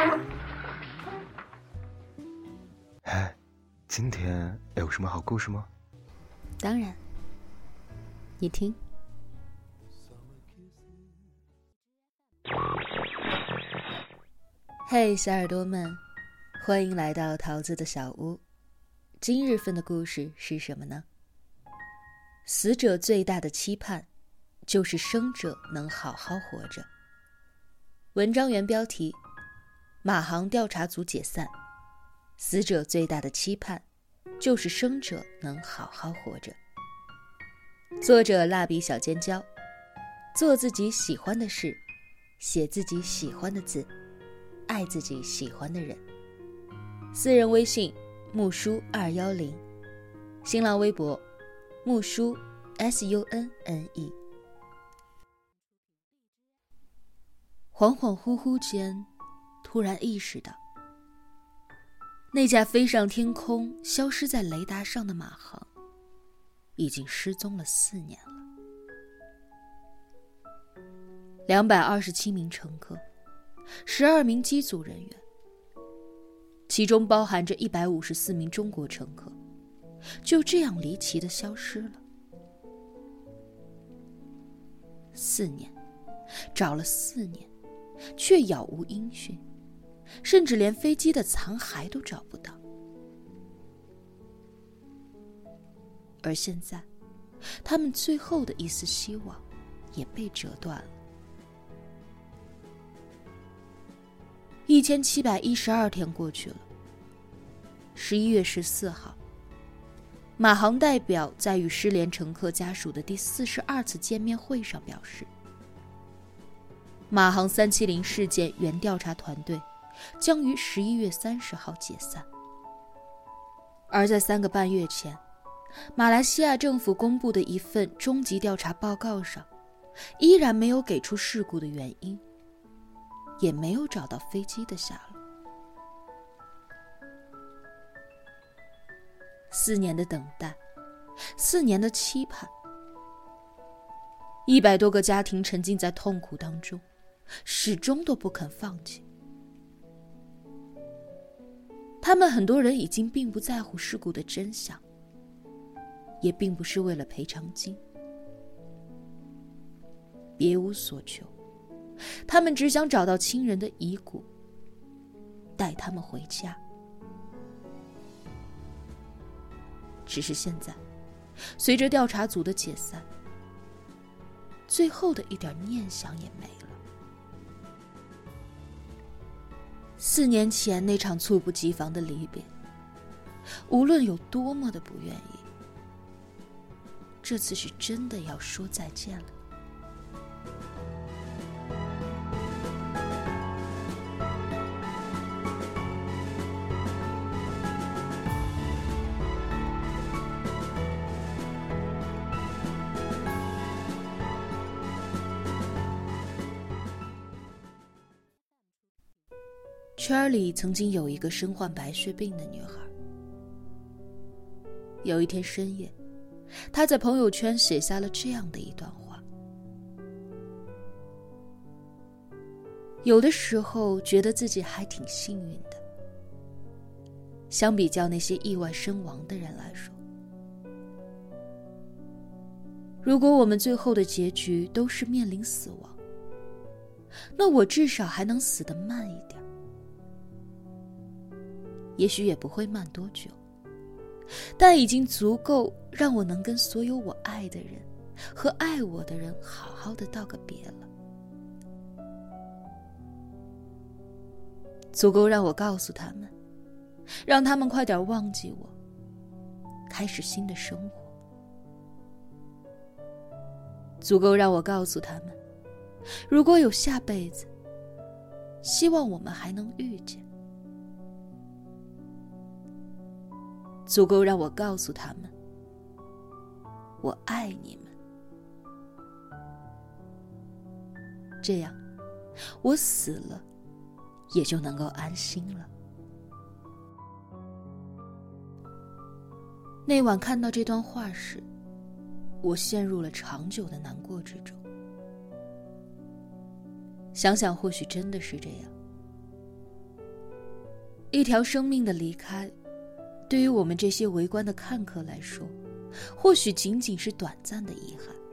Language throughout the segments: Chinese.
哎，今天有什么好故事吗？ 当然，你听。嘿，小耳朵们，欢迎来到桃子的小屋。今日份的故事是什么呢？死者最大的期盼，就是生者能好好活着。文章原标题：马航调查组解散，死者最大的期盼，就是生者能好好活着。作者蜡笔小尖椒，做自己喜欢的事，写自己喜欢的字，爱自己喜欢的人。私人微信木叔210，新浪微博木叔 SUNNE。恍恍惚惚间，突然意识到，那架飞上天空消失在雷达上的马航已经失踪了4年了。227名乘客，12名机组人员，其中包含着154名中国乘客，就这样离奇地消失了。4年，找了4年，却杳无音讯，甚至连飞机的残骸都找不到。而现在，他们最后的一丝希望也被折断了。1712天过去了。11月14号，马航代表在与失联乘客家属的第42次见面会上表示，马航370事件原调查团队将于11月30号解散。而在3个半月前，马来西亚政府公布的一份终极调查报告上，依然没有给出事故的原因，也没有找到飞机的下落。4年的等待，4年的期盼，100多个家庭沉浸在痛苦当中，始终都不肯放弃。他们很多人已经并不在乎事故的真相，也并不是为了赔偿金，别无所求，他们只想找到亲人的遗骨，带他们回家。只是现在，随着调查组的解散，最后的一点念想也没了。4年前那场猝不及防的离别，无论有多么的不愿意，这次是真的要说再见了。圈里曾经有一个身患白血病的女孩。有一天深夜，她在朋友圈写下了这样的一段话：有的时候觉得自己还挺幸运的，相比较那些意外身亡的人来说，如果我们最后的结局都是面临死亡，那我至少还能死得慢一点，也许也不会慢多久，但已经足够让我能跟所有我爱的人和爱我的人好好的道个别了，足够让我告诉他们，让他们快点忘记我，开始新的生活，足够让我告诉他们，如果有下辈子，希望我们还能遇见，足够让我告诉他们，我爱你们。这样，我死了，也就能够安心了。那晚看到这段话时，我陷入了长久的难过之中。想想或许真的是这样， 一条生命的离开，对于我们这些围观的看客来说，或许仅仅是短暂的遗憾。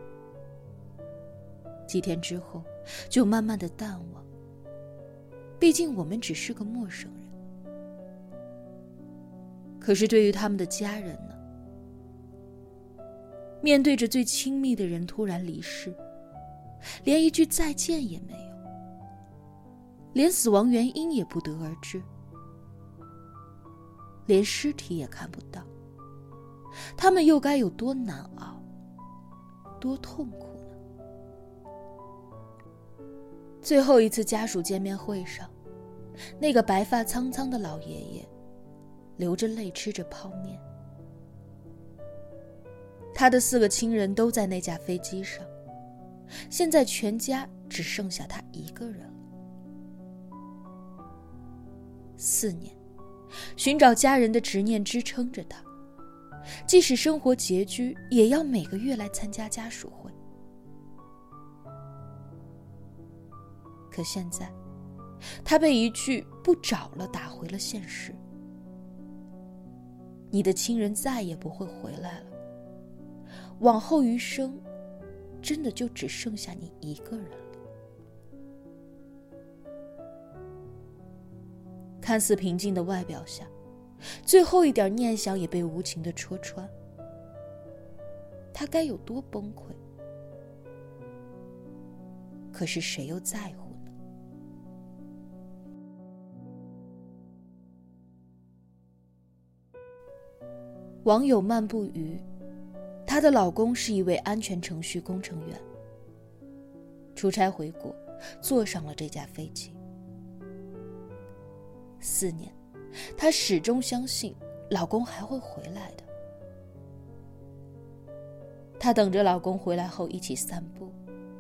几天之后，就慢慢的淡忘。毕竟我们只是个陌生人。可是对于他们的家人呢？面对着最亲密的人突然离世，连一句再见也没有，连死亡原因也不得而知，连尸体也看不到，他们又该有多难熬，多痛苦呢？最后一次家属见面会上，那个白发苍苍的老爷爷流着泪吃着泡面。他的4个亲人都在那架飞机上，现在全家只剩下他一个人了。4年，寻找家人的执念支撑着他，即使生活拮据，也要每个月来参加家属会。可现在，他被一句不找了打回了现实。你的亲人再也不会回来了，往后余生，真的就只剩下你一个人了。看似平静的外表下，最后一点念想也被无情地戳穿。他该有多崩溃？可是谁又在乎呢？网友漫步鱼，她的老公是一位安全程序工程员，出差回国，坐上了这架飞机。4年，她始终相信老公还会回来的。她等着老公回来后一起散步。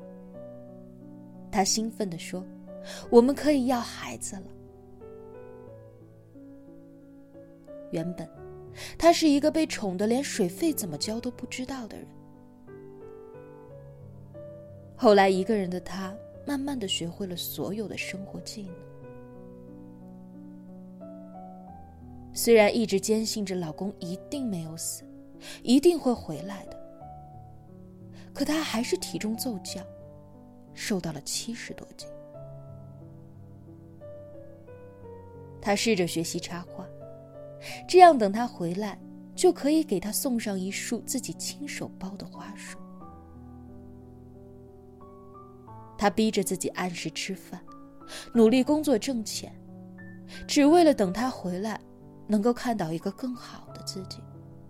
她兴奋地说：“我们可以要孩子了。”原本他是一个被宠得连水费怎么交都不知道的人。后来一个人的他慢慢地学会了所有的生活技能。虽然一直坚信着老公一定没有死，一定会回来的，可他还是体重骤降，瘦到了70多斤。他试着学习插花，这样等他回来，就可以给他送上一束自己亲手包的花束。他逼着自己按时吃饭，努力工作挣钱，只为了等他回来，能够看到一个更好的自己。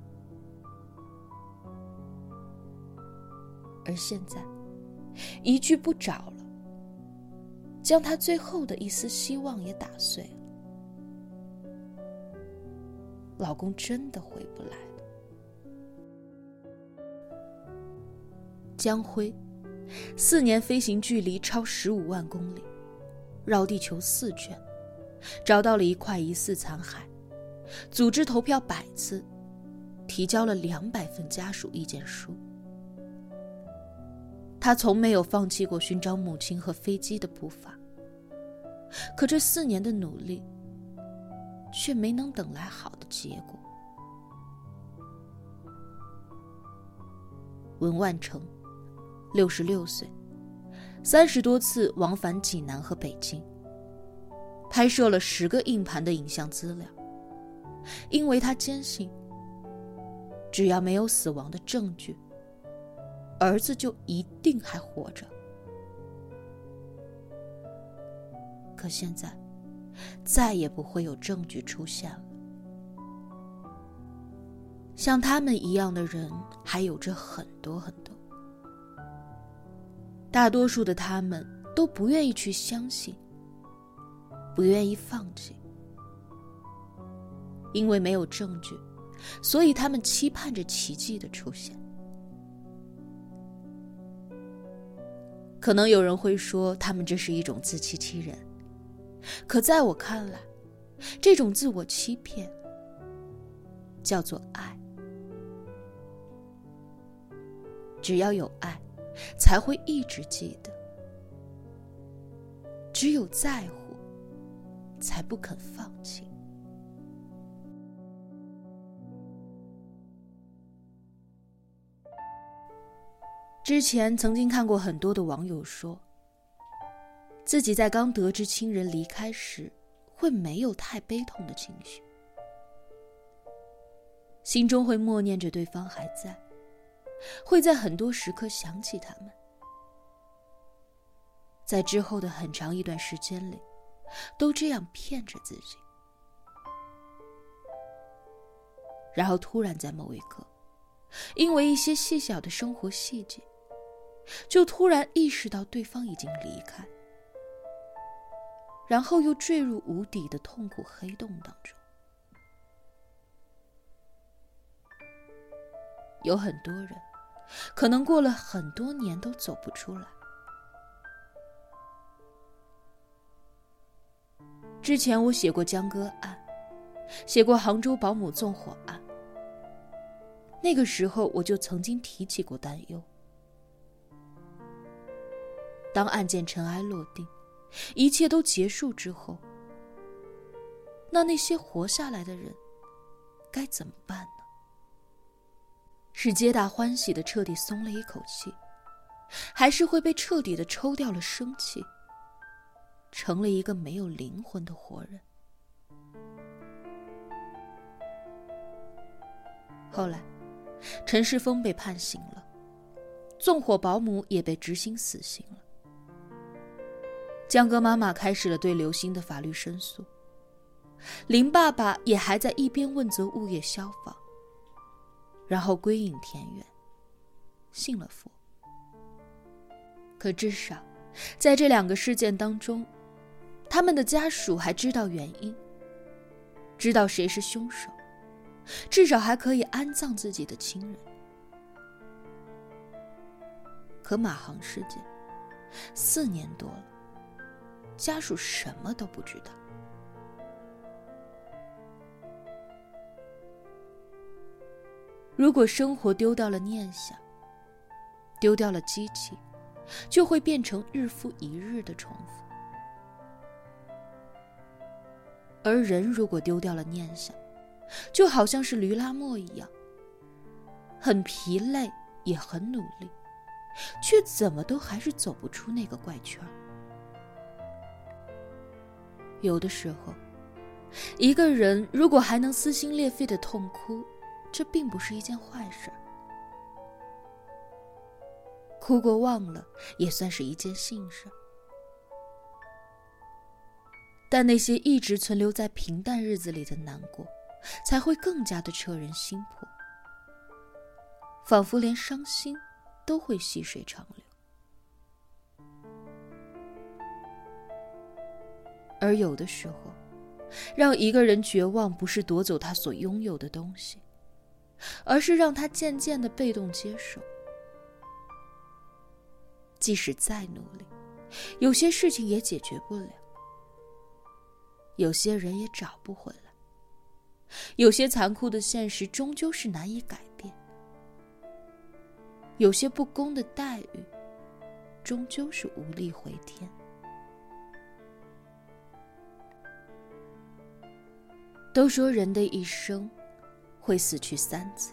而现在，一句不找了，将他最后的一丝希望也打碎了。老公真的回不来了。江辉，4年飞行距离超15万公里，绕地球4圈，找到了一块疑似残骸，组织投票100次，提交了200份家属意见书。他从没有放弃过寻找母亲和飞机的步伐，可这4年的努力却没能等来好的结果。文万成，66岁，30多次往返济南和北京，拍摄了10个硬盘的影像资料，因为他坚信，只要没有死亡的证据，儿子就一定还活着。可现在再也不会有证据出现了。像他们一样的人还有着很多很多，大多数的他们都不愿意去相信，不愿意放弃，因为没有证据，所以他们期盼着奇迹的出现。可能有人会说他们这是一种自欺欺人，可在我看来，这种自我欺骗叫做爱。只要有爱，才会一直记得；只有在乎，才不肯放弃。 之前曾经看过很多的网友说，自己在刚得知亲人离开时，会没有太悲痛的情绪，心中会默念着对方还在，会在很多时刻想起他们。在之后的很长一段时间里，都这样骗着自己。然后突然在某一刻，因为一些细小的生活细节，就突然意识到对方已经离开，然后又坠入无底的痛苦黑洞当中。有很多人可能过了很多年都走不出来。之前我写过江歌案，写过杭州保姆纵火案，那个时候我就曾经提起过担忧。当案件尘埃落定，一切都结束之后，那些活下来的人该怎么办呢？是皆大欢喜的彻底松了一口气，还是会被彻底的抽掉了生气，成了一个没有灵魂的活人？后来陈世峰被判刑了，纵火保姆也被执行死刑了。江歌妈妈开始了对刘星的法律申诉，林爸爸也还在一边问责物业消防，然后归隐田园，信了佛。可至少在这2个事件当中，他们的家属还知道原因，知道谁是凶手，至少还可以安葬自己的亲人。可马航事件4年多了，家属什么都不知道。如果生活丢掉了念想，丢掉了激情，就会变成日复一日的重复。而人如果丢掉了念想，就好像是驴拉磨一样，很疲累也很努力，却怎么都还是走不出那个怪圈。有的时候，一个人如果还能撕心裂肺的痛哭，这并不是一件坏事。哭过忘了，也算是一件幸事。但那些一直存留在平淡日子里的难过，才会更加的彻人心魄，仿佛连伤心都会细水长流。而有的时候，让一个人绝望不是夺走他所拥有的东西，而是让他渐渐的被动接受。即使再努力，有些事情也解决不了，有些人也找不回来，有些残酷的现实终究是难以改变，有些不公的待遇终究是无力回天。都说人的一生会死去3次。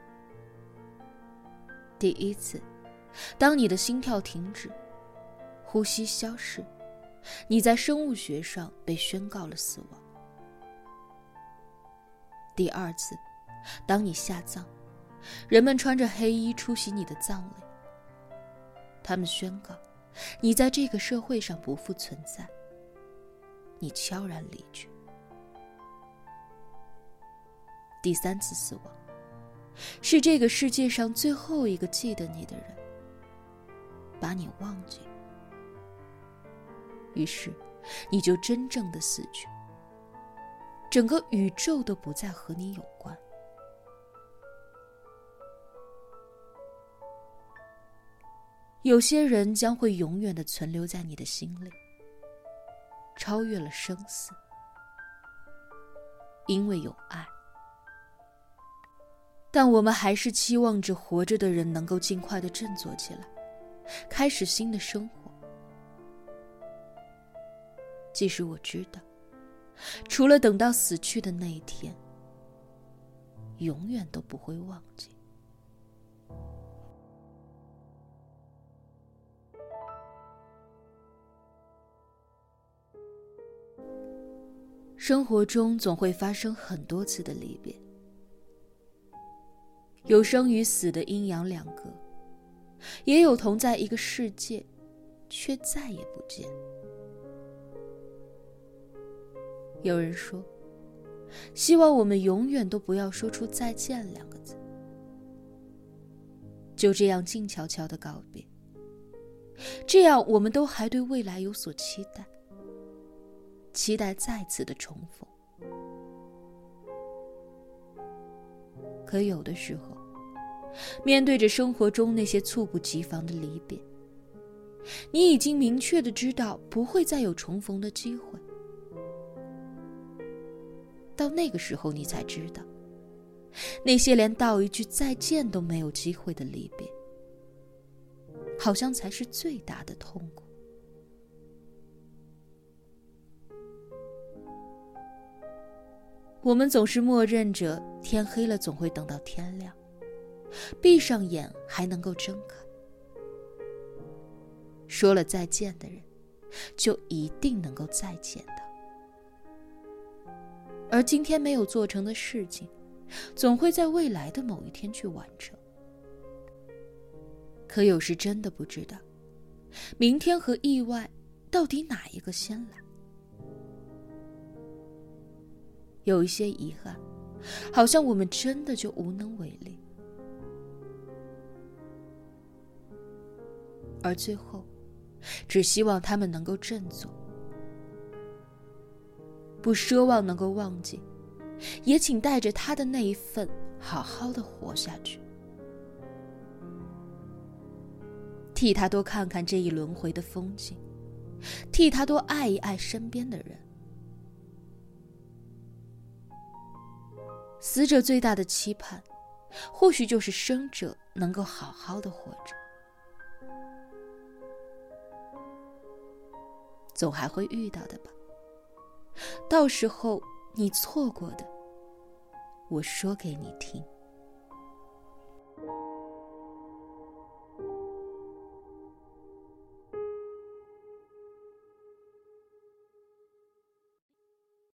第一次，当你的心跳停止，呼吸消逝，你在生物学上被宣告了死亡。第2次，当你下葬，人们穿着黑衣出席你的葬礼，他们宣告你在这个社会上不复存在，你悄然离去。第3次死亡，是这个世界上最后一个记得你的人把你忘记，于是你就真正的死去，整个宇宙都不再和你有关。有些人将会永远地存留在你的心里，超越了生死，因为有爱。但我们还是期望着活着的人能够尽快地振作起来，开始新的生活。即使我知道，除了等到死去的那一天，永远都不会忘记。 生活中总会发生很多次的离别，有生与死的阴阳两隔，也有同在一个世界，却再也不见。有人说，希望我们永远都不要说出再见两个字，就这样静悄悄地告别，这样我们都还对未来有所期待，期待再次的重逢。可有的时候，面对着生活中那些猝不及防的离别，你已经明确地知道不会再有重逢的机会。到那个时候，你才知道，那些连道一句再见都没有机会的离别，好像才是最大的痛苦。我们总是默认着天黑了总会等到天亮，闭上眼还能够睁开。说了再见的人，就一定能够再见到。而今天没有做成的事情，总会在未来的某一天去完成。可有时真的不知道，明天和意外到底哪一个先来。有一些遗憾，好像我们真的就无能为力。而最后，只希望他们能够振作，不奢望能够忘记，也请带着他的那一份好好的活下去，替他多看看这一轮回的风景，替他多爱一爱身边的人。死者最大的期盼，或许就是生者能够好好的活着。总还会遇到的吧，到时候你错过的，我说给你听。